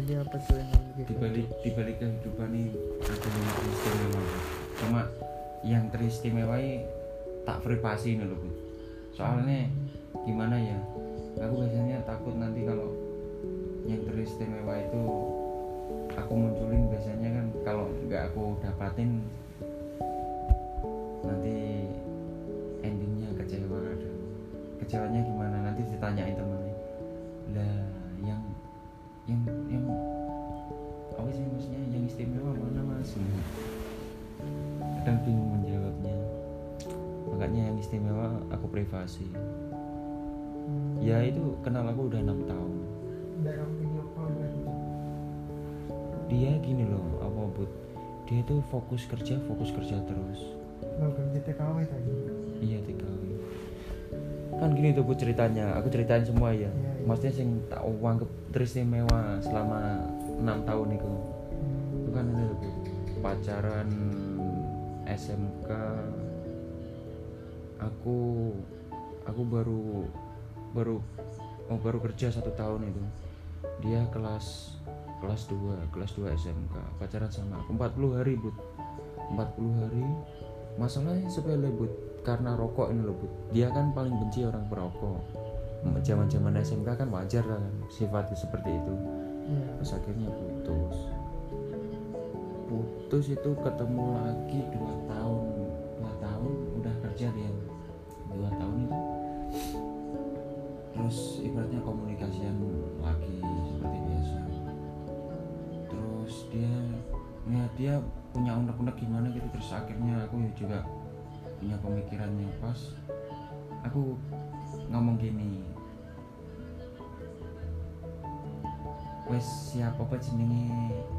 aja apa tuh yang kamu bikin? Di balik kehidupan ini ada yang teristimewa. Cuma yang teristimewa tak privasi ini loh Bu. Soalnya gimana ya, aku biasanya takut nanti kalau yang teristimewa itu aku munculin, biasanya kan kalau nggak aku dapatin nanti endingnya kecewa. Kecewanya gimana, nanti ditanyain temennya lah yang apa sih maksudnya yang istimewa mana mas, kadang bingung menjawabnya. Makanya yang istimewa aku privasi. Ya itu kenal aku udah 6 tahun. Dalam video call gitu. Dia gini loh, apa Bud, dia tuh fokus kerja terus. Lo kerja TKW tadi. Iya TKW. Kan gini tuh Bud ceritanya, aku ceritain semua ya. Maksudnya sing tak anggap teristimewa selama 6 tahun itu. Itu kan ini loh Bud, pacaran SMK. Aku baru kerja 1 tahun itu. Dia kelas 2 SMK, pacaran sama aku 40 hari Bud. 40 hari. Masalahnya sepele Bud, karena rokok ini loh Bud. Dia kan paling benci orang perokok. Zaman-zaman SMK kan wajar kan sifatnya seperti itu. Terus akhirnya putus itu ketemu lagi 2 tahun udah kerja dia 2 tahun itu. Terus ibaratnya komunikasian lagi seperti biasa. Terus dia punya unek-unek gimana gitu. Terus akhirnya aku juga punya pemikiran yang pas. Aku ngomong gini, wes siap apa jenenge,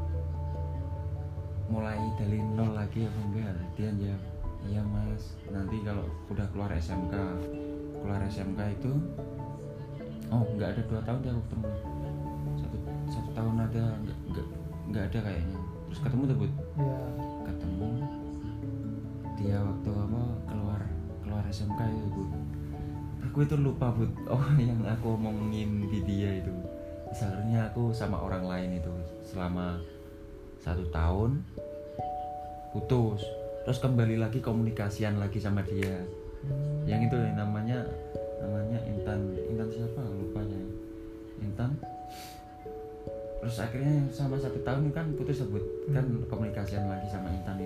mulai dari nol lagi apa enggak? Dia jawab, iya mas, nanti kalau udah keluar SMK itu nggak ada 2 tahun dia aku ketemu. Satu tahun ada nggak ada kayaknya. Terus ketemu tuh Bud. Iya. Ketemu dia waktu apa keluar SMK itu Bud. Aku itu lupa Bud. Yang aku omongin di dia itu sebenarnya aku sama orang lain itu selama 1 tahun putus. Terus kembali lagi komunikasian lagi sama dia. Yang itu namanya Intan siapa lupanya, Intan. Terus akhirnya sama 1 tahun kan putus sebut kan komunikasian lagi sama Intan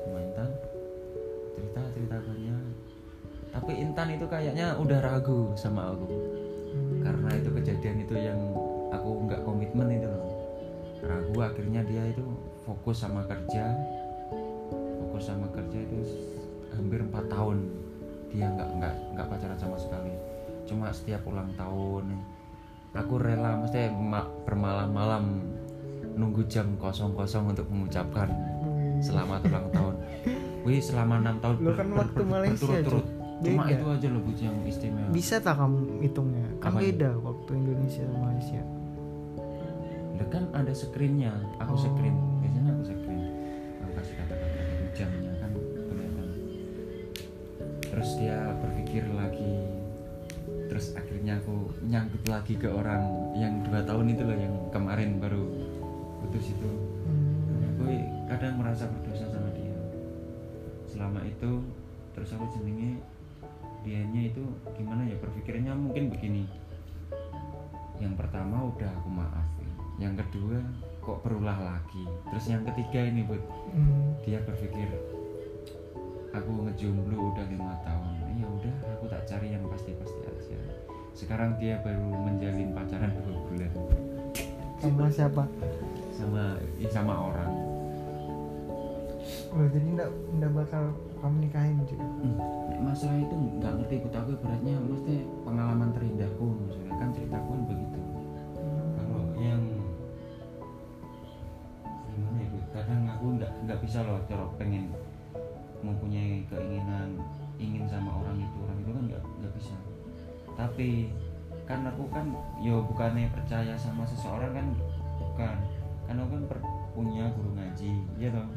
cerita banyak. Tapi Intan itu kayaknya udah ragu sama aku karena itu kejadian itu yang aku nggak komitmen itu loh. Ragu, akhirnya dia itu fokus sama kerja itu hampir 4 tahun dia nggak pacaran sama sekali. Cuma setiap ulang tahun aku rela mesti bermalam-malam nunggu jam 00 untuk mengucapkan selamat ulang tahun. Wih, selama 6 tahun Lo kan waktu Malaysia berturut-turut. Cuma beda. itu aja loh Bu yang istimewa. Bisa tak kamu hitungnya? Kan Apanya? beda waktu Indonesia sama Malaysia. Kan ada screennya, aku screen. Biasanya aku screen. Aku kasih kata-kata jamnya kan kelihatan. Terus dia berpikir lagi. Terus akhirnya aku nyangkut lagi ke orang yang 2 tahun itu loh, yang kemarin baru putus itu. Aku kadang merasa berdosa sama dia. Selama itu terus aku jenenge dianya itu gimana ya, berpikirnya mungkin begini. Yang pertama udah aku maafin, yang kedua kok berulah lagi, terus yang ketiga ini Bud, dia berpikir aku ngejomblo udah 5 tahun, ya udah aku tak cari yang pasti-pasti aja. Sekarang dia baru menjalin pacaran 2 bulan. Sama siapa? Sama orang. Oh, jadi nggak bakal kamu nikahin juga? Masalah itu nggak ngerti Bud, aku beratnya mesti pengalaman terindahku, maksudnya kan ceritaku kan begitu. Kalau yang gimana ya Bud, kadang aku nggak bisa loh cara pengen mempunyai keinginan ingin sama orang itu kan nggak bisa. Tapi kan aku kan yo bukannya percaya sama seseorang kan, bukan, kan aku kan punya guru ngaji ya toh.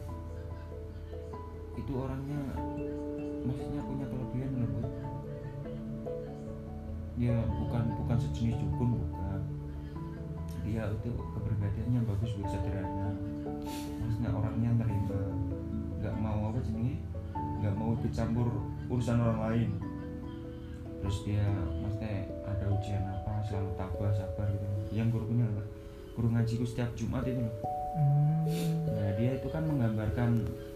Itu orangnya maksudnya punya kelebihan loh Bud. Ya bukan sejenis dukun, bukan. dia itu kepribadiannya bagus, buat sederhana, maksudnya orangnya nerima, nggak mau apa jenenge, nggak mau ikut campur urusan orang lain. Terus dia maksudnya ada ujian apa selalu tabah sabar gitu. Yang guru ngajiku setiap Jumat itu loh. Nah dia itu kan menggambarkan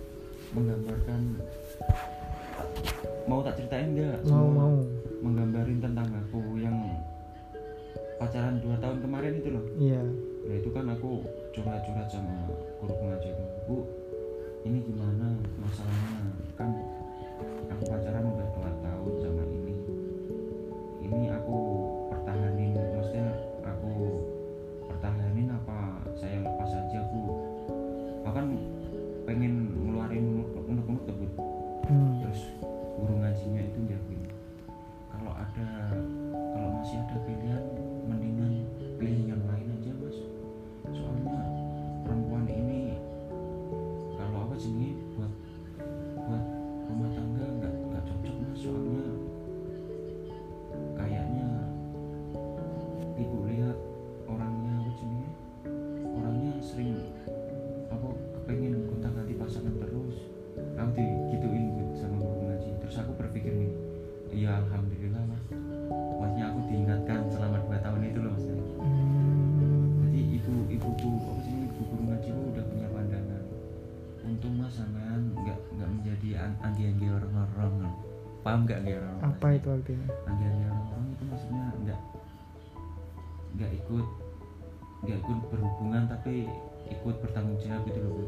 mau tak ceritain enggak? Mau. Menggambarin tentang aku yang pacaran 2 tahun kemarin itu loh. Iya. Nah itu kan aku curhat sama guru ngaji itu, Bu, ini gimana masalahnya, kan aku pacaran udah 2 tahun sama ini aku pertahanin, maksudnya aku pertahanin apa saya lepas aja, Bu? Aku kan pengen ngeluarin unek-unek tuh, Bu. Terus guru ngajinya itu jawabin, kalau masih ada pilihan, mendingan pilih yang lain aja, Mas. Soalnya perempuan ini kalau apa jenenge buat rumah tangga nggak cocok, Mas. Soalnya kayaknya ibu lihat orangnya apa jenenge, orangnya sering apa kepengen gonta-ganti pasangan terus. Aku digituin sama guru ngaji. Terus aku berpikir nih, ya alhamdulillah, Mas. Maksudnya aku diingatkan selama 2 tahun itu loh, Mas. Jadi ibuku apa sih, ibu guru ngaji udah punya pandangan. Untung, Mas, sampean nggak menjadi anggi-anggi orang-orang. Paham nggak anggi orang? Apa itu artinya? Anggi-anggi orang-orang itu maksudnya nggak ikut berhubungan tapi ikut bertanggung jawab gitu loh, Bu.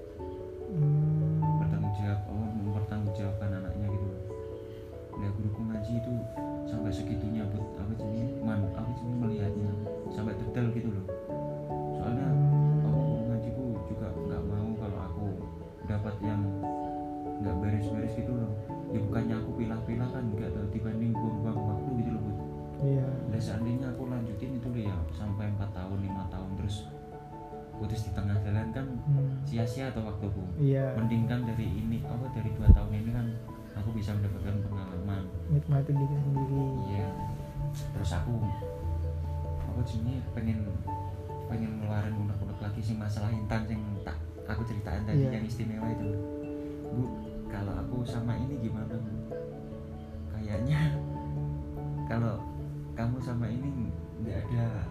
Bertanggung jawab, mempertanggungjawabkan anaknya gitu loh. Nah guruku ngaji itu sampai segitunya, Bu, apa jenis melihatnya sampai detail gitu loh. Soalnya guru ngajiku juga nggak mau kalau aku dapat yang nggak beres-beres gitu loh. Ya bukannya aku pilah-pilah kan, nggak tahu, dibanding buang-buang waktu gitu loh, Bu. Iya. Nah seandainya aku lanjutin itu loh ya sampai 4 tahun 5 tahun terus putus di tengah jalan kan sia-sia atau waktuku. Iya. Mending kan dari 2 tahun ini kan aku bisa mendapatkan pengalaman, Nikmati diri sendiri. iya. Terus aku apa jenis pengen ngeluarin unek-unek lagi sih masalah Intan yang tak aku ceritain tadi, yang istimewa itu, Bu. Kalau aku sama ini gimana, Bu? Kayaknya kalau kamu sama ini nggak ada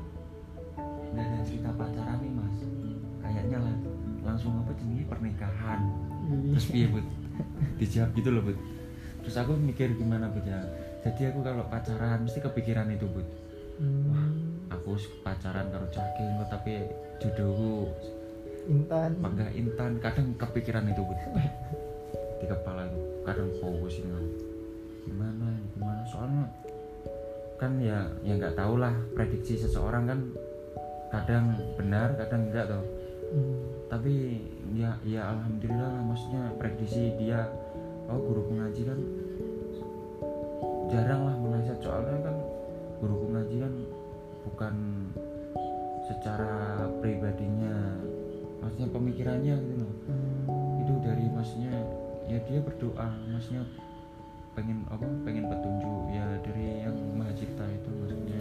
cerita pacaran nih, Mas. Kayaknya langsung apa jenis pernikahan. Terus piye, Bu? Dijawab gitu loh, Bu. Terus aku mikir gimana, Bu, ya. Jadi aku kalau pacaran mesti kepikiran itu, Bu. Wah, aku pacaran karo caging kok tapi jodohku Intan. Kadang kepikiran itu, Bu. Di kepala itu kadang fokus ini gimana. Soalnya kan ya nggak tahu lah, prediksi seseorang kan kadang benar kadang enggak toh. Tapi ya alhamdulillah lah, maksudnya prediksi dia. Guru ngaji kan jarang lah meleset, soalnya kan guru ngaji kan bukan secara pribadinya, maksudnya pemikirannya gitu loh. Itu dari maksudnya ya dia berdoa, maksudnya pengen petunjuk ya dari yang Maha Cipta itu maksudnya.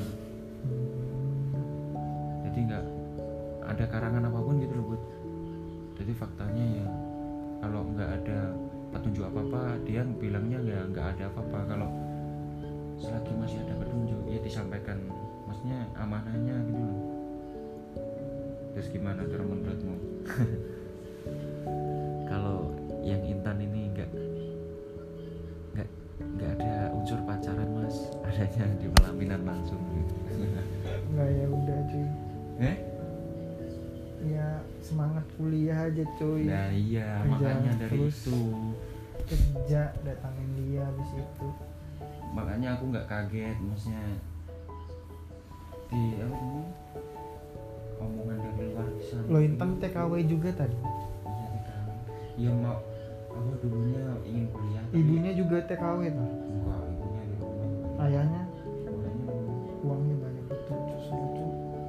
Jadi nggak ada karangan apapun gitu loh, Bu. Jadi faktanya ya kalau nggak ada petunjuk apa-apa, dia bilangnya ya nggak ada apa-apa. Kalau selagi masih ada petunjuk ya disampaikan, maksudnya amanahnya gitu loh. Terus gimana cara menurutmu? Kalau yang Intan ini nggak ada unsur pacaran, Mas, adanya di pelaminan langsung. Nggak, ya udah cuy. Ya semangat kuliah aja cuy. Nah iya, kerja, makanya dari terus itu kerja datangin dia habis itu. Makanya aku nggak kaget, maksudnya di omongan dari luar sana. Lo Intan TKW juga tadi. Iya TKW. Iya mau aku dulunya ingin kuliah. Ibunya juga TKW tuh. Enggak, ibunya di rumah. Ayahnya Orangnya uangnya banyak betul lucu.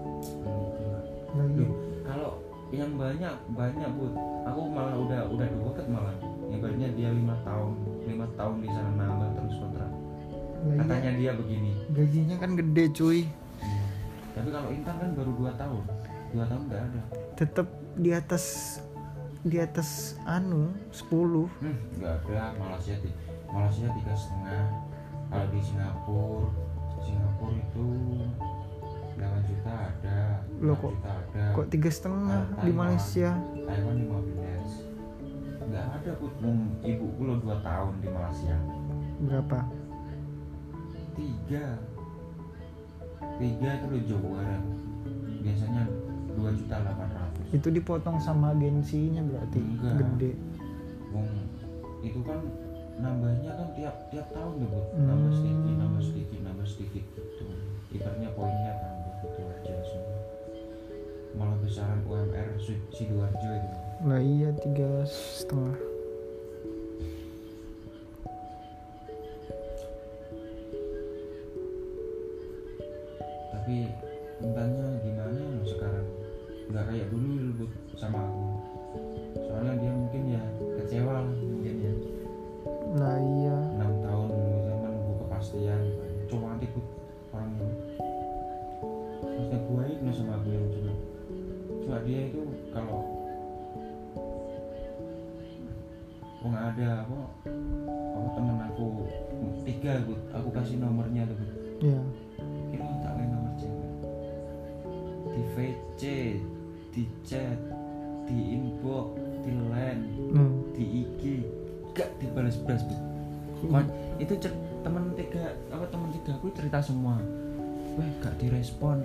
Loh, kalau yang banyak Bu, aku malah udah deket malah. Ibaratnya dia 5 tahun di sana nambah terus kontrak. Katanya dia begini. Gajinya kan gede cuy. Tapi kalau Intan kan baru 2 tahun 2 tahun nggak ada. Tetap di atas 10. Nggak ada. Malaysia 3,5. Kalau di Singapura itu 8 juta ada, Loh, 6 juta ada. Kok 3,5 di Malaysia? Taiwan 15. Nggak ada pun. Ibuku lo 2 tahun di Malaysia. Berapa? 3 itu lo Jawa. Biasanya 2.800.000. Itu dipotong sama agensinya berarti. Enggak. Gede. Wong itu kan nambahnya kan tiap tahun tuh Bu. Nambah sedikit gitu. Ibaratnya poinnya tambah gitu aja semua. Malah besaran UMR Sidoarjo itu. Lah iya 3,5. Tapi Intannya gimana sekarang? Nggak kayak dulu Bu sama aku. Soalnya dia mungkin ya kecewa lah mungkin ya. Lah iya. 6 tahun zaman nunggu kepastian. Coba nanti orang ini. Maksudnya gue itu sama aku yang cuma dia itu kalau nggak ada apa temen aku 3 Bu, aku kasih nomornya tuh Bu. Iya. Ini tak main nomor cewek. Di VC, di chat, di inbox, di line, di IG, gak dibalas-balas Bu. Itu teman tiga aku cerita semua. Weh gak direspon.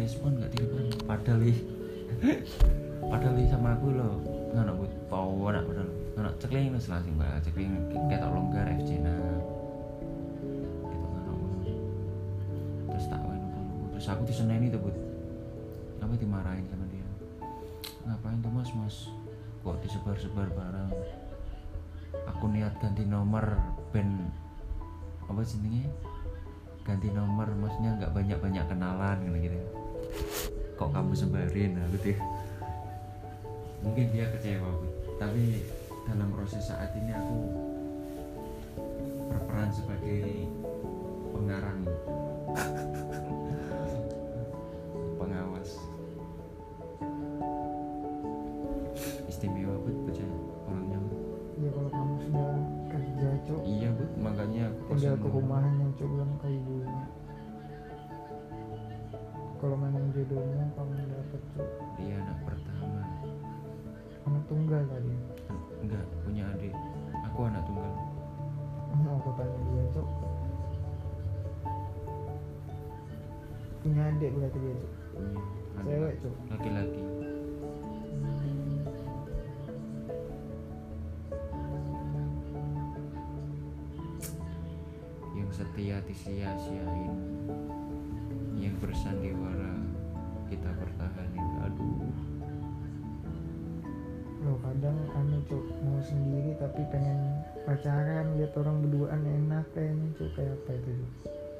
Padahal sama aku loh. Ngono Bu, power nak padahal. Ngono cekling wis langsung Mbak, cekling ketok longgar FC na. Gitu ngono. Terus tak wae dulu. Terus aku diseneni tuh Bu. Apa dimarahin sama dia. Ngapain tuh Mas? Kok disebar-sebar barang? Aku niat ganti nomor ben apa jenenge? Ganti nomor maksudnya enggak banyak-banyak kenalan gitu. Kok kamu sebarin aku tuh. Mungkin dia kecewa Bu. Tapi dalam proses saat ini aku berperan sebagai pengarang pengawas. Istimewa Bu bocah orangnya. Ya kalau kamu sudah kerja Cok. Iya Bu, makanya aku tinggal bosan ke rumahnya Cok bilang ke ibunya. Kalau memang jodohnya kamu dapat Cok. Dia anak pertama. Anak tunggal tadi. Enggak, punya adik. Aku anak tunggal. Mau aku tanya dia Cok. Punya adik berarti dia Cok. Punya adik. Cewek Cok. Laki-laki. Yang setia disia-siain, yang bersandiwara kita pertahanin. Aduh. Loh kadang Cok mau sendiri tapi pengen pacaran, lihat orang berduaan enak kayaknya Cok. Kayak apa itu Cok?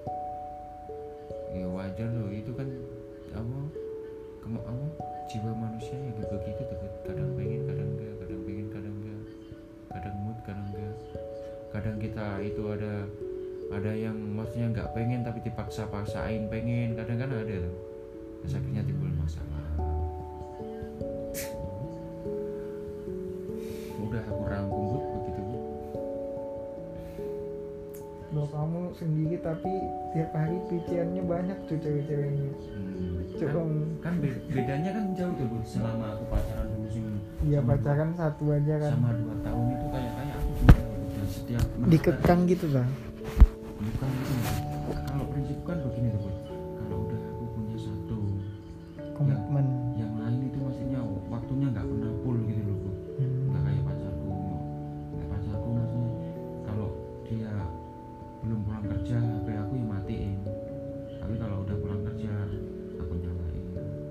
Ya wajar loh, itu kan apa jiwa manusia ya begitu tuh. Kadang pengen, kadang enggak, kadang pengen, kadang enggak, kadang mood, kadang enggak. Kadang kita itu ada yang maksudnya nggak pengen tapi dipaksa-paksain pengen, kadang kan ada tuh. Terus akhirnya timbul masalah. Udah aku rangkum Bu, begitu Bu. Loh kamu sendiri tapi tiap hari pikirannya banyak Cok cewek-ceweknya. Kan bedanya kan jauh tuh Bu. Selama aku pacaran dulu sih. Iya pacaran 1 aja kan. Sama 2 tahun itu kayak aku udah setiap Dikekang gitu lah. Bukan gitu. Kalau prinsip kan begini tuh Bu. Kalau udah aku punya satu komitmen, yang lain itu maksudnya waktunya nggak pernah full gitu loh Bu. Nggak kayak pacarku maksudnya kalau dia belum pulang kerja HP aku ya matiin, tapi kalau udah pulang kerja aku nyalain.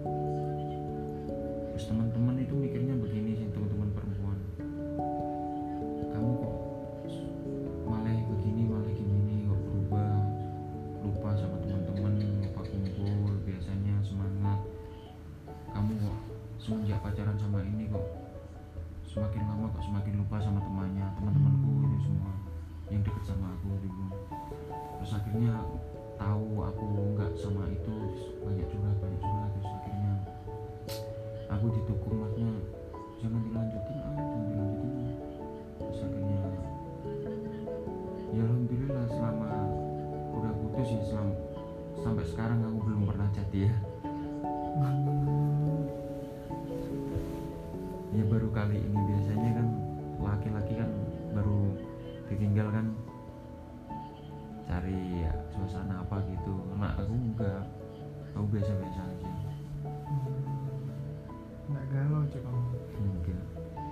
Terus teman-teman itu mikirnya begini sih, teman-teman perempuan, kamu kok malah begini malah gini, kok berubah, lupa sama teman-teman, lupa kumpul biasanya semangat, kamu kok semenjak pacaran sama ini kok semakin lama kok semakin lupa sama teman-temanku ini semua yang deket sama aku dulu. Terus akhirnya tahu aku nggak sama itu, banyak curhat sih sampai sekarang aku belum pernah jadi ya. Ya baru kali ini, biasanya kan laki-laki kan baru ditinggal kan cari ya, suasana apa gitu. Nah aku enggak, aku biasa-biasa aja. Nggak galau coba. Enggak.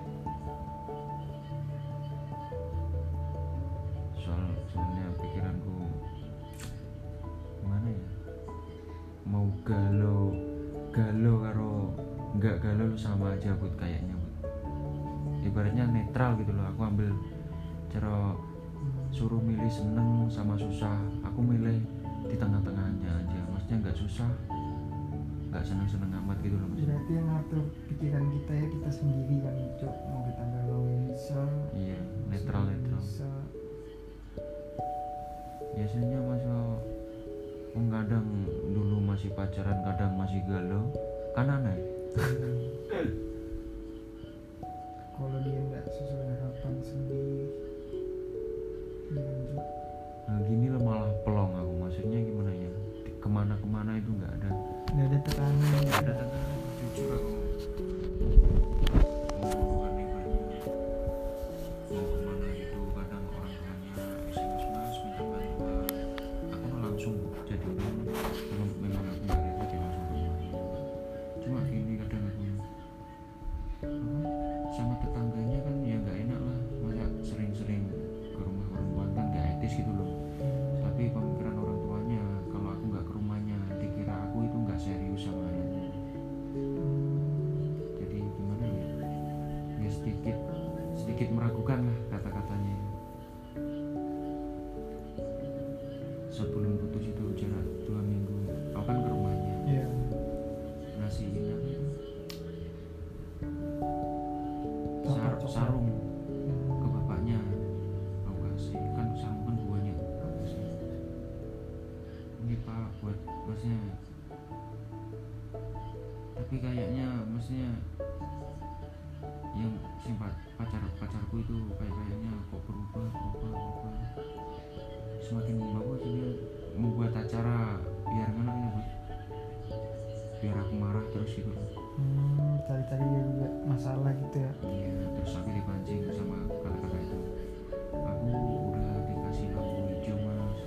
Soalnya pikiranku gimana ya, mau galau karo enggak galau sama aja Bud, kayaknya Bud. Ibaratnya netral gitu loh. Aku ambil cara suruh milih seneng sama susah, aku milih di tengah-tengahnya aja. Maksudnya nggak susah nggak seneng-seneng amat gitu loh. Maksudnya Berarti yang ngatur pikiran kita ya kita sendiri kan, Cok. Mau kita galau bisa. iya, netral. Bisa. Biasanya masa kadang dulu masih pacaran, kadang masih galau, kan aneh. Kalau dia nggak sesuai harapan sendiri, Cok. Nah gini loh malah pelong aku. Maksudnya gimana ya, kemana-kemana itu nggak ada tekanan. nggak ada tekanan. Jujur aku mau kemana itu, kadang orang tuanya SMS mas minta bantuan, aku mah langsung jadi orang. Kalau memang aku nggak repot ya langsung ke rumahnya. Cuma gini kadang aku sama tetangganya kan ya nggak enak lah, masa sering-sering ke rumah orang tua kan nggak etis gitu loh. Tapi pemikiran orang tuanya kalau aku nggak ke rumahnya dikira aku itu nggak serius sama anaknya. Jadi gimana ya sedikit meragukan lah kata-katanya. Sebelum putus itu jarak 2 minggu aku kan ke rumahnya, Iya. ngasihin apa itu Coklat. sarung ke bapaknya. Aku kasih kan sarung kan banyak, aku kasih ini pak buat masnya. Tapi kayaknya maksudnya yang pacarku itu kayaknya kok berubah. Semakin bagus dia membuat acara biar mana ya Bud, biar aku marah terus gitu loh. Cari-cari dia juga masalah gitu ya. Iya, terus aku dipancing sama kata-kata itu. Aku udah dikasih lampu hijau mas,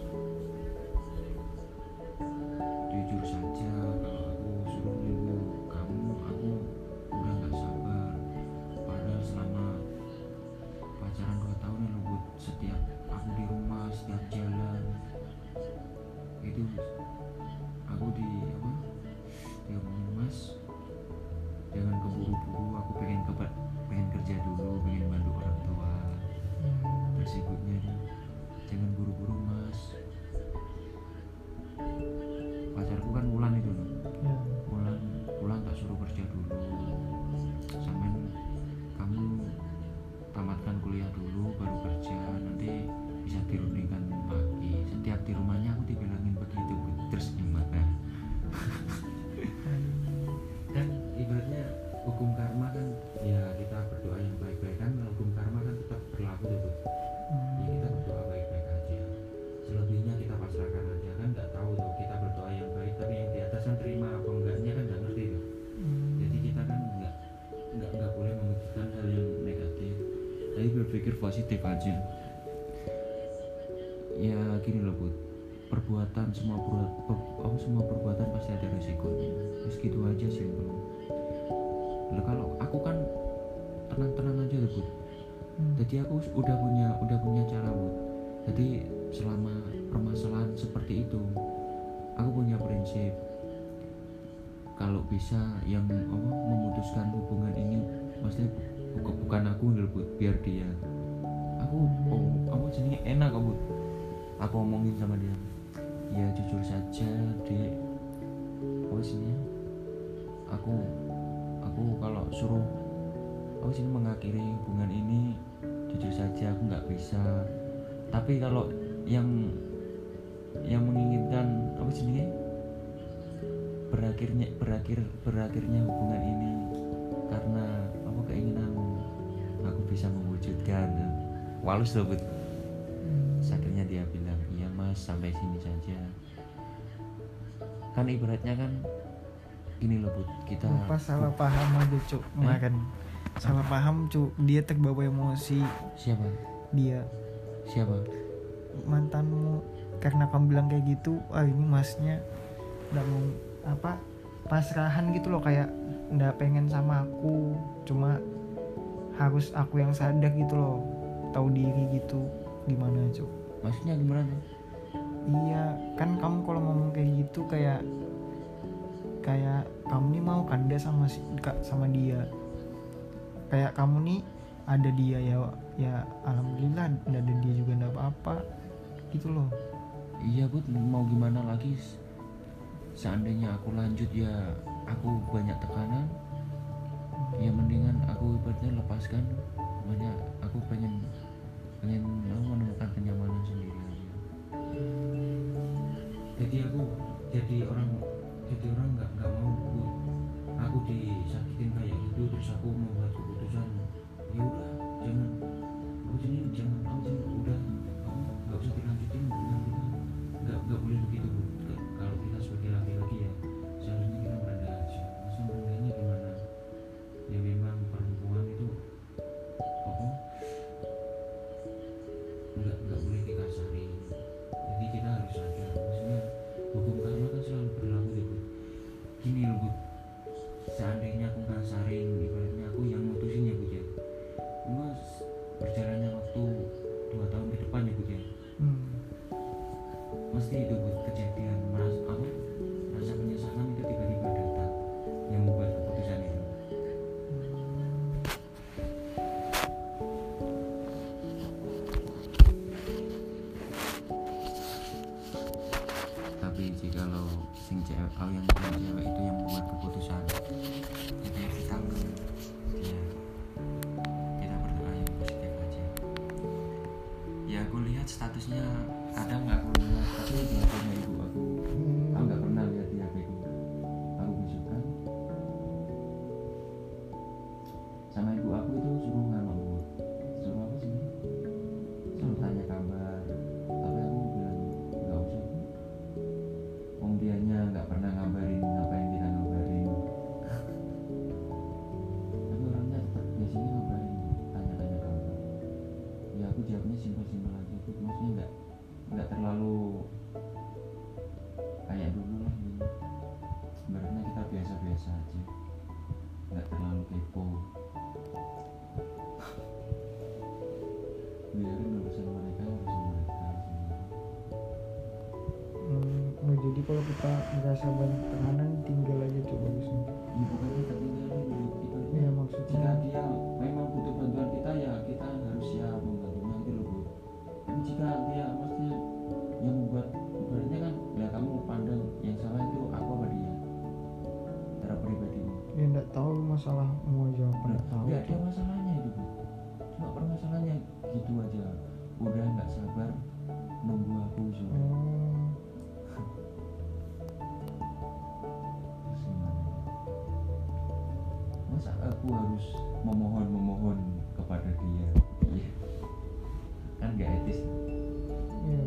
jujur saja kalau aku suruh nunggu kamu, aku udah gak sabar. Padahal selama pacaran 2 tahun ya Bud, setiap aku di rumah, setiap jalan itu aku diomongin mas, jangan keburu-buru, aku pengen kerja dulu, pengen bantu orang tua. Terus ibunya dia, jangan buru-buru mas. Pacarku kan Wulan itu loh, Ya. Wulan tak suruh kerja dulu, sampean kamu tamatkan kuliah dulu baru kerja, nanti bisa dirundingkan pagi. Setiap di rumahnya aku dibilangin begitu Bud. Terus gimana? Kan ibaratnya hukum karma kan ya, kita berdoa yang baik-baik kan, hukum karma kan tetap berlaku tuh Bud. Ya kita berdoa baik-baik aja, selebihnya kita pasrahkan aja kan. Nggak tahu tuh kita berdoa yang baik tapi yang di atas kan terima apa enggaknya kan nggak ngerti tuh. Jadi kita kan nggak boleh memikirkan hal yang negatif, tapi berpikir positif aja. Ya gini loh Bud, semua perbuatan pasti ada resikonya. Terus gitu aja sih bro. Lah kalau aku kan tenang-tenang aja tuh Bud. Jadi aku udah punya cara Bud. Jadi selama permasalahan seperti itu, aku punya prinsip. Kalau bisa yang memutuskan hubungan ini, maksudnya bukan aku Bud, biar dia. Aku jenenge enak kok Bud. Aku omongin sama dia, ya jujur saja dek, sini aku kalau suruh sini mengakhiri hubungan ini, jujur saja aku nggak bisa. Tapi kalau yang menginginkan berakhirnya hubungan ini karena keinginanmu, aku bisa mewujudkan. Walus loh Bud. Akhirnya dia bilang, iya mas bahas sampai sini saja. Kan ibaratnya kan gini loh Bud, kita Lupa salah paham aja cuk kemarin. Salah paham cuk, dia terbawa emosi. Siapa Mantanmu, karena kamu bilang kayak gitu. Ini masnya udah mau pasrahan gitu loh, kayak nggak pengen sama aku, cuma harus aku yang sadar gitu loh, tahu diri gitu. Gimana cuk? maksudnya gimana tuh? Iya kan, kamu kalau ngomong kayak gitu kayak kamu nih mau kanda sama dia, kayak kamu nih ada dia ya alhamdulillah, nggak ada dia juga nggak apa-apa gitu loh. Iya Bud, mau gimana lagi, seandainya aku lanjut ya aku banyak tekanan, ya mendingan aku ibaratnya lepaskan. Makanya aku pengen menemukan kenyamanan sendiri aja. Jadi orang nggak mau aku disakitin kayak gitu, terus aku membuat keputusan ya udah jangan udah kamu nggak usah dilanjutin, nggak boleh begitu Bu. Kalau kita sebagai laki-laki ya seharusnya kita berada aja. Maksudnya berandanya gimana ya, memang perempuan itu nggak boleh dikasarin, jadi kita harus sadar. Maksudnya hukum karma kan selalu berlaku gitu. Gini loh Bu, seandainya aku ngasarin, ibaratnya aku yang mutusin ya Bu ya, mas berjalannya waktu 2 tahun ke depan ya Bu ya, mesti itu Bu kejadian rasa penyesalan itu tiba-tiba datang yang membuat keputusan itu. Tapi jikalau yang cewek itu yang membuat keputusan, jadi kita berdoa yang positif aja. Ya aku lihat statusnya kadang aku lihat, tapi di HP-nya ibu aku nggak pernah lihat di HP-ku. Aku besokkan sama ibu aku itu suruh apa sih, suruh tanya kabar, tapi aku bilang nggak usah Bu, wong dianya nggak pernah ngabarin, ngapain kita ngabarin. Tapi orangnya tetap biasanya ngabarin, tanya-tanya kabar. Ya aku jawabnya simpel-simpel aja Bu, maksudnya nggak terlalu kayak dulu lah gitu. Sebenarnya kita biasa-biasa aja, nggak terlalu kepo. Biarin urusan mereka sendiri. Jadi kalau kita merasa banyak tekanan, tinggal aja tuh bagusnya. Ya bukannya tertinggal dulu, Ya maksudnya jika dia memang butuh bantuan kita ya kita harus siap membantunya gitu loh Bu. Tapi jika dia maksudnya yang membuat ibaratnya kan ya kamu pandang yang salah itu aku apa dia, cara pribadimu. ya nggak tahu masalahmu aja apa nggak tahu. Nggak ada masalahnya itu Bu, cuma permasalahannya gitu aja, udah nggak sabar nunggu aku soalnya. Terus gimana? Masa aku harus memohon kepada dia? Iya, kan nggak etis. Iya.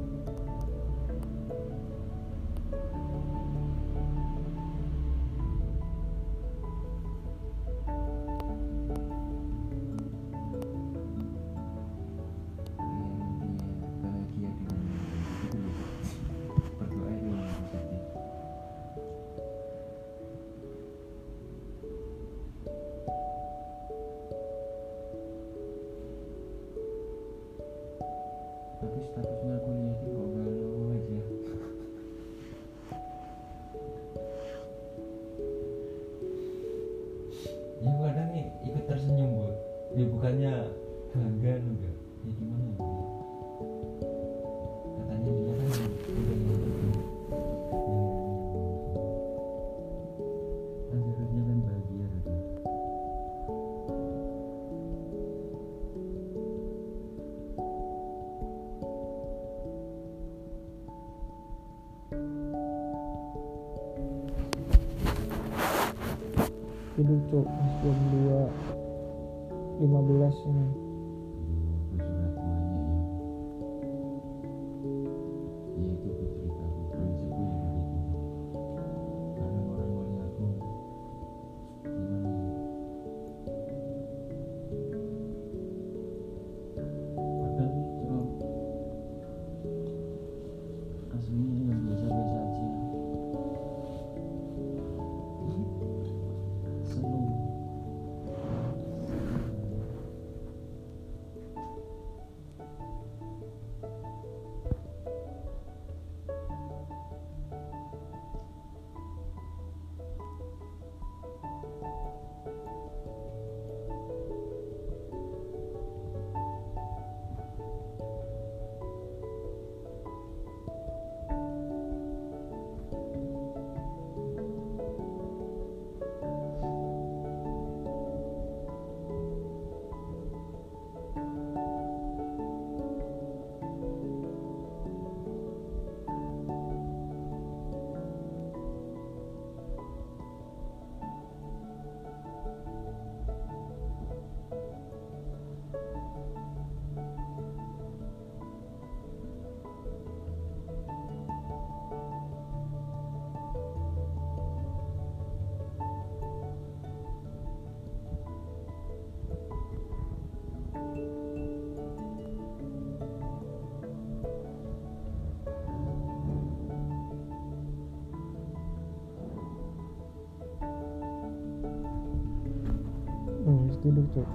Bahagia dengan itu loh, berdoa itu yang positif. Tapi statusnya aku liatin kok galau aja. Ya kadang nih ikut tersenyum Bu, ya bukannya bangga enggak, ya gimana Bu, katanya dia kan udah kan seharusnya kan bahagia gitu. Tidur cuk, jam 2.15 ini. Aku sudah tuanya ya. tidur Cuk.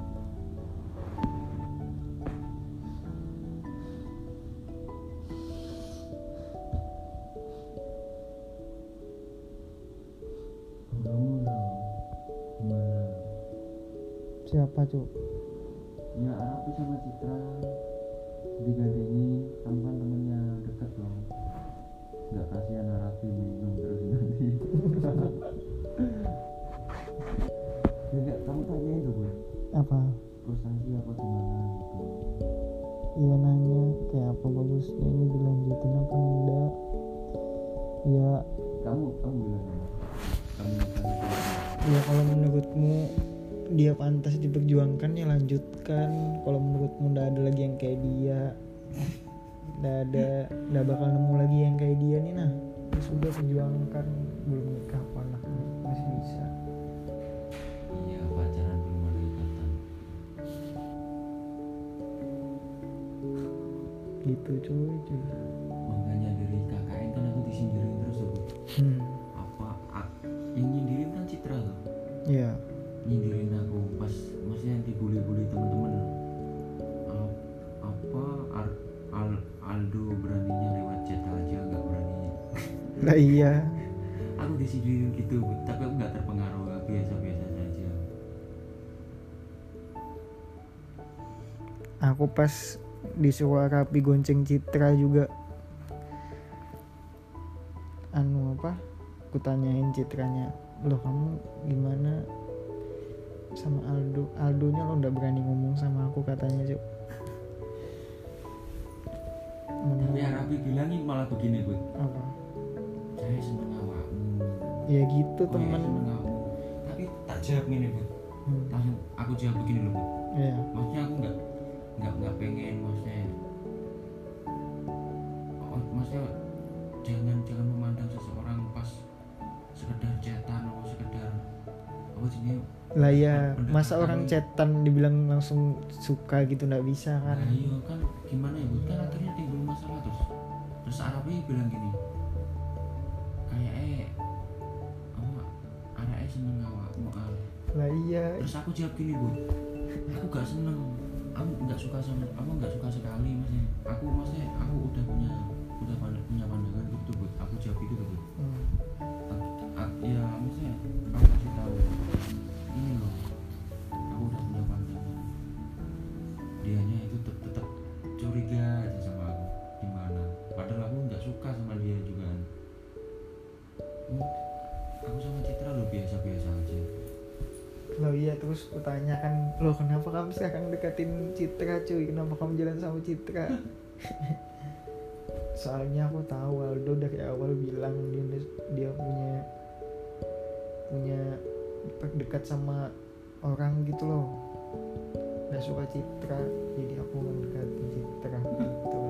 Kamu dong gimana? Siapa Cuk? Ya aku sama Citra digandengin, kamu kan temennya dekat dong, nggak kasihan Arabi minum terus nanti. Ya kamu tanyain tuh Bu, Apa? frustasi apa gimana gitu. Iya nanya kayak apa bagusnya ini dilanjutin apa enggak. Ya Kamu bilang apa? Kamu ya kalau menurutmu dia pantas diperjuangkan ya lanjutkan. Kalau menurutmu nggak ada lagi yang kayak dia, nggak bakal nemu lagi yang kayak dia nih, nah ya sudah perjuangkan. Belum nikah apalah, masih bisa. iya pacaran belum ada ikatan. Gitu cuy. Makanya dari KKN kan aku disindirin terus tuh Bu. Yang nyindirin kan Citra tuh, Ya nyindirin aku pas maksudnya dibully-bully teman-teman. Aldo beraninya lewat chat aja nggak berani. lah iya. Aku disindirin gitu Bu, tapi aku nggak terpengaruh, biasa-biasa saja. Aku pas disuruh Rapi gonceng Citra juga aku tanyain Citranya, loh kamu gimana sama Aldonya lo nggak berani ngomong sama aku katanya Cuk. Tapi Arabi bilangin malah begini Bu, Apa? saya seneng awakmu. Ya gitu Oh, temen. ya, seneng awakmu. Tapi tak jawab gini Bu, langsung aku jawab begini loh Bu. Iya. Maksudnya aku nggak pengen, maksudnya jangan memandang seseorang pas sekedar chatan atau sekedar apa sih Lah ya, pendekatan. masa orang chatan dibilang langsung suka gitu nggak bisa kan? Nah iya kan gimana ya Bu, kan akhirnya timbul masalah terus Arabi bilang gini, kayak arek seneng awakmu Al. Lah iya. Terus aku jawab gini Bu, aku gak seneng, aku nggak suka sekali maksudnya aku udah punya pandangan gitu Bu, aku jawab gitu Bu. Ya maksudnya aku kasih tahu ini loh, aku udah punya pandangan, dianya itu tetap curiga aja sama aku gimana, padahal aku nggak suka sama dia juga kan. Aku sama Citra lo biasa-biasa aja. Loh iya, terus aku tanya kan, loh kenapa kamu sekarang deketin Citra cuy, kenapa kamu jalan sama Citra? Soalnya aku tahu Aldo dari awal bilang dia punya dekat sama orang gitu loh, nggak suka Citra, jadi aku mendekati Citra gitu.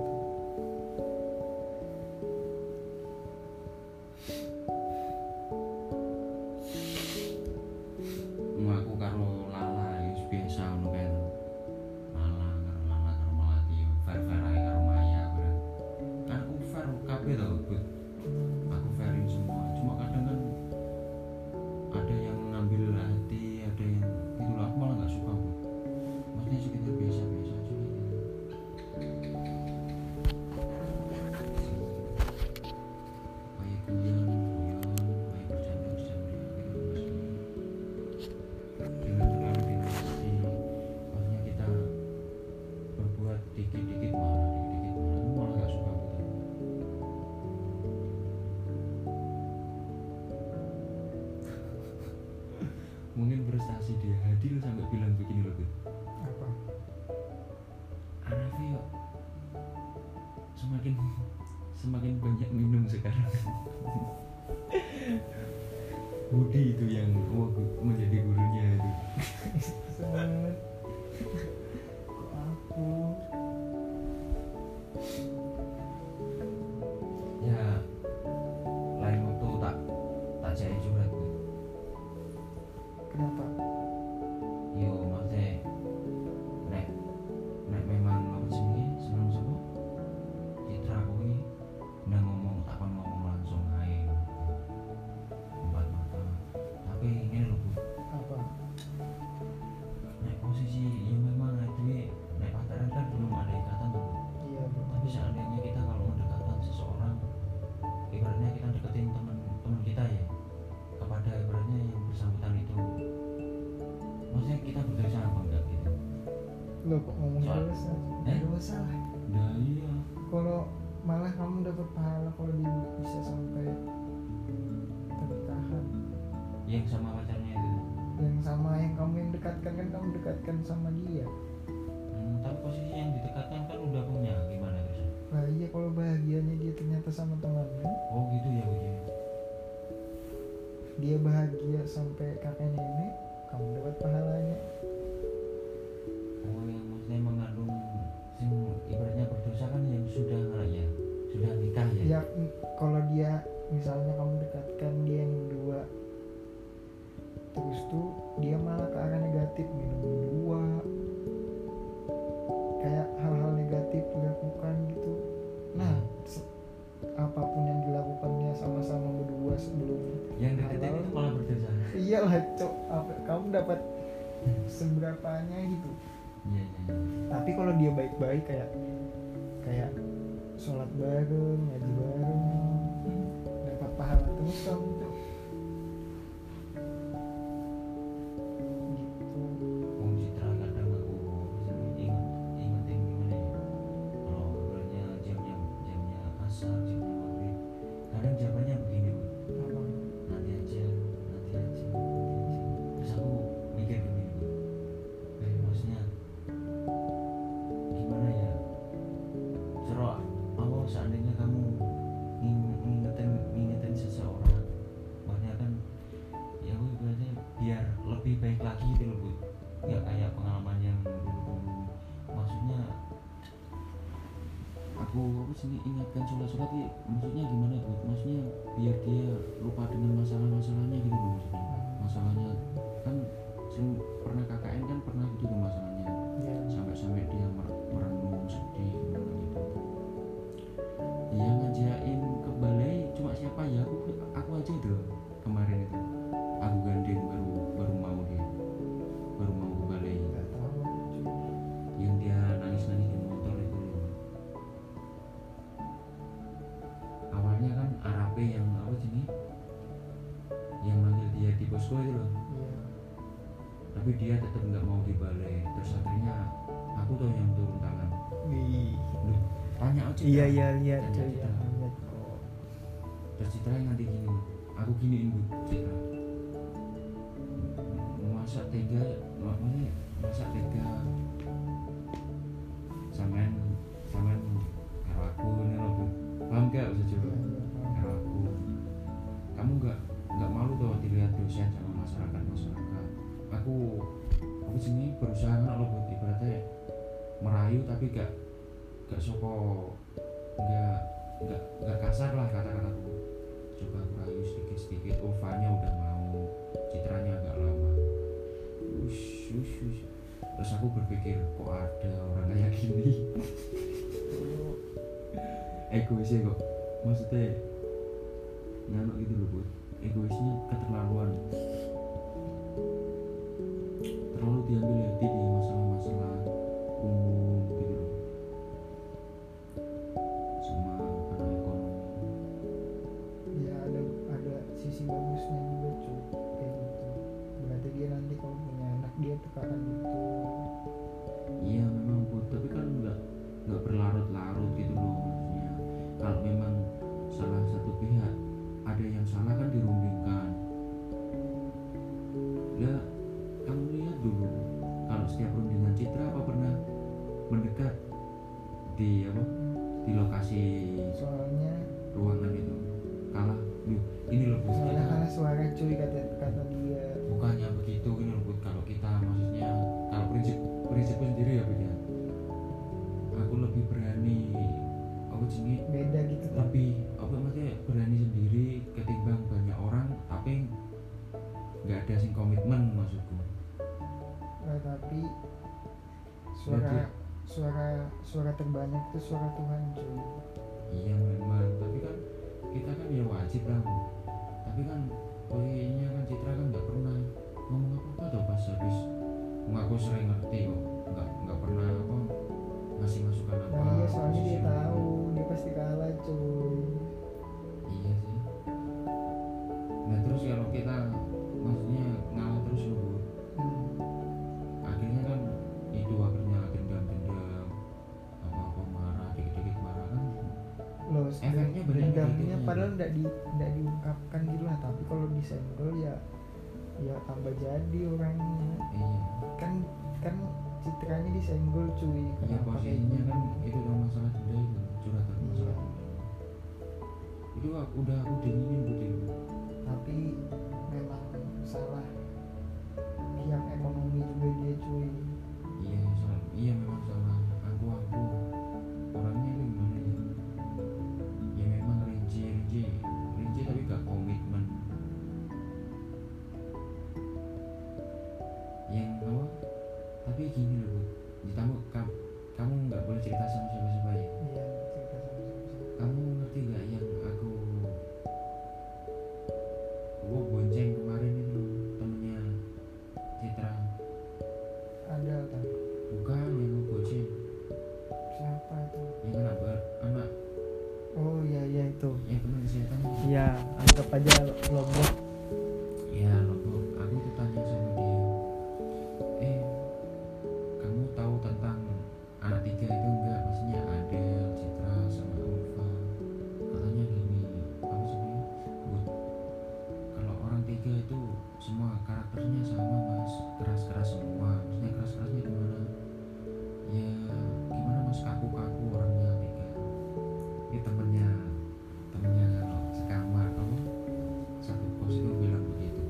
Aku karo Lala wis biasa ngono kae. Lala karo Melati yo fair ae karo Maya kan. Kan aku fair kabeh to, Bud. Aku fairin semua. Cuma kadang kan ada yang ngambil hati, ada yang itu lah, aku malah enggak suka, Bud. Maksudnya sekitar biasa-biasa aja. Kayak guyon, kayak bercanda gitu Mas. Jangan terlalu dinasti, maksudnya kita berbuat dikit-dikit malah gak suka betul. Mungkin prestasi dia Hadil sampai bilang begini loh Bud, Apa? Arafi yuk semakin banyak minum sekarang. Budi itu yang menjadi gurunya itu. Semangat. Kok aku? Ya lain waktu tak jaya curhat Bu. Kenapa? Yo maksudnya nek memang apa jenenge seneng sama Citra kuwi nang ngomong langsung ae empat mata. Tapi ngene lho Bu, Apa? nek usah lah. Nah iya, Kalau malah kamu dapat pahala kalau dia bisa sampai pernikahan. yang sama pacarnya itu. Yang sama yang kamu yang dekatkan kan kamu dekatkan sama dia. Tapi posisi yang didekatkan kan udah punya, gimana terus? Nah iya kalau bahagianya dia ternyata sama temannya, Oh gitu ya begini. dia bahagia sampai kakek nenek, kamu dapat pahalanya. Oh yang maksudnya mengandung sing ibaratnya berdosa kan yang sudah ya, sudah nikah ya. Ya kalau dia misalnya kamu dekatkan dia yang berdua, terus tuh dia malah ke arah negatif, minum berdua, kayak hal-hal negatif dilakukan gitu. Nah apapun yang dilakukan dia sama-sama berdua sebelum Yang deketin itu malah berdosa. iyalah cok, kamu dapat seberapanya gitu. Iya iya. Tapi kalau dia baik-baik kayak sholat bareng, ngaji bareng, dapat pahala terus kamu tuh. Gitu. Wong Citra kadang aku ingetin gimana ya, kalau ibaratnya jamnya asar, jamnya maghrib, kadang jawabannya begini Bu, Apa? nanti aja. Terus aku mikir begini Bu, maksudnya gimana ya, Cero, apa seandainya kamu ngingetin seseorang, makanya kan ya aku ibaratnya biar lebih baik lagi gitu loh Bu, nggak kayak pengalaman yang dulu. Maksudnya aku sini ingatkan sholat ya, maksudnya gimana Bu, maksudnya biar dia lupa dengan masalahnya gitu loh. Masalahnya kan pernah KKN kan pernah gitu loh masalahnya, Ya. sampai dia merenung sedih gimana gitu. Yang ngajakin ke balai cuma siapa ya, aku aja itu kemarin itu aku gandeng baru mau ke balai, Nggak tahu. yang dia nangis di motor itu loh. Awalnya kan Arabe yang apa sini yang manggil dia di posko itu loh, Iya. tapi dia tetap nggak mau di balai. Terus akhirnya aku tuh yang turun tangan. Wih. Loh, tanya aja. Iya lihat Tanya coy, Citra. lihat kok. Terus Citra yang nanti gini, aku giniin Bu Citra, masa tega sampean karo aku ini loh Bu, paham gak usah coba karo aku, kamu nggak malu tuh dilihat dosen sama masyarakat. Aku sini berusaha nggak loh Bu, ibaratnya merayu tapi gak soko, nggak kasar lah kata-kataku. Coba aku rayu sedikit. Ovanya udah mau, Citranya agak lama. Ush. Terus aku berpikir kok ada orang kayak gini. Egoisnya kok, maksudnya nyano gitu loh Bu, egoisnya keterlaluan, terlalu diambil hati di masalah umum gitu loh, sama anak ekonomi. Ya ada sisi bagusnya juga cuy, kayak gitu. Berarti dia nanti kalau punya anak dia tuh kayak gitu. Iya memang Bu, tapi kan nggak berlarut-larut gitu loh. Maksudnya kalau memang salah satu pihak ada yang salah kan dirundingkan. Ya kamu lihat dulu, kalau setiap rundingan Citra apa pernah mendekat di lokasi Soalnya ruangan itu, kalah. Ini loh Bu, soalnya kita karena suara cuy kata dia. bukannya begitu ini loh Bu, kalau kita maksudnya kalau prinsipku sendiri ya Bu ya, aku lebih berani sini Beda gitu kan. lebih maksudnya berani sendiri ketimbang banyak orang tapi nggak ada sing komitmen maksudku. Tapi Berarti- suara terbanyak itu suara Tuhan cuy. Iya memang, tapi kan kita kan ya wajib lah Bu. Tapi kan posisinya kan Citra kan nggak pernah ngomong apa tuh pas habis mengaku sering ngerti kok, nggak pernah ngasih masukan apa. Nah iya soalnya dia posisi- tahu dia pasti kalah cuy. Iya sih. Nah terus kalau kita maksudnya ngalah terus loh Bu, akhirnya kan itu akhirnya dendam efeknya bener dendamnya gitu. padahal nggak diungkapkan gitu lah, tapi kalau disenggol ya tambah jadi orangnya. Iya. kan citranya disenggol cuy. Iya Kenapa kayak posisinya gini? kan itu udah masalah denda itu, curhatan Iya. masalah denda. Itu udah aku dinginin putih. Tapi memang salah pihak ekonomi juga dia cuy. Iya salah, iya memang salah aku orangnya itu gimana ya? Ya memang rinci tapi gak komitmen. Yang apa? Tapi gini loh Bu, kamu nggak boleh cerita sama siapa-siapa ya. Iya, cerita sama siapa-siapa. Kamu ngerti gak yang gua bonceng kemarin itu loh, temennya Citra. Ada kan? Bukan yang gua bonceng, Siapa itu? yang anak Oh iya itu. yang teman kesehatan. Iya, anggap aja Lombok. Ya loh, aku tuh tanya sama dia, kamu tahu tentang anak tiga itu enggak? Maksudnya Adel, Citra, sama Ulfa. Katanya gini, kamu sebenarnya kalau orang tiga itu semua karakternya sama mas, keras semua. Maksudnya kerasnya gimana? Ya gimana mas, kaku orangnya tiga. Ini temennya kalau sekamar kamu satu kos itu bilang begitu.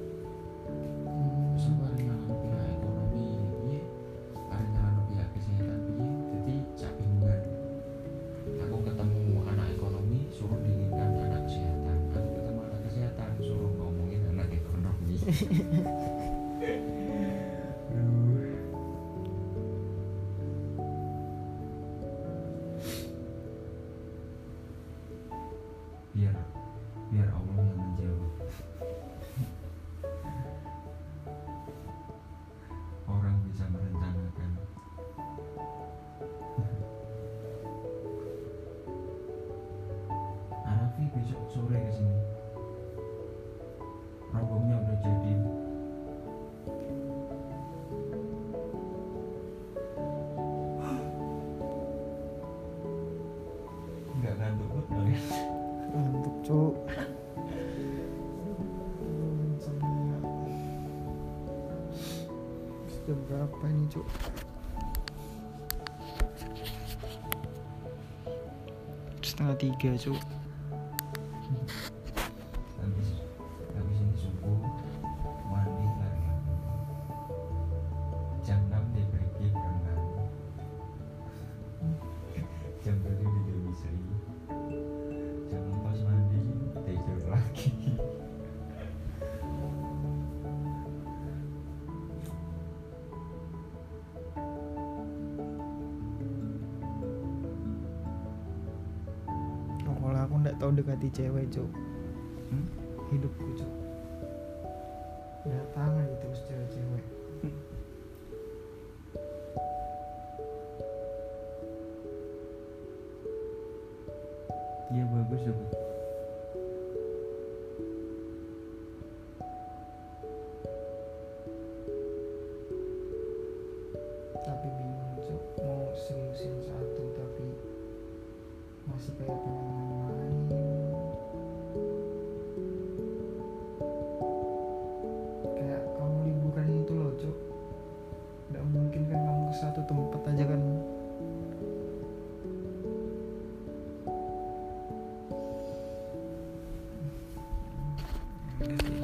Terus aku ada nyalain pihak ekonomi piye, ada nyalain pihak kesehatan piye, jadi cak bingungan. Aku ketemu anak ekonomi suruh dinginkan anak kesehatan, aku ketemu anak kesehatan suruh ngomongin anak ekonomi. biar Allah yang menjawab. Orang bisa merencanakan. Arafi besok sore kesini, rombongnya udah jadi. Nggak ngantuk betul ya. Ngantuk cuk. Insomnia. Jam berapa ini cuk? Setengah 3 cuk. habis ini subuh mandi lari jam 6 di pergi berenang, jam 7 di domisili, jam 4 mandi tidur lagi. Kalau aku nggak tahu dekati cewek cuk. Hidupku cuk. Datang aja terus cewek-cewek. Iya bagus ya. Tapi bingung cuk, mau seriusin satu tapi masih kayak pengen main. Kayak kamu liburan itu loh cuk, nggak mungkin kan kamu ke satu tempat aja kan. Udah sih.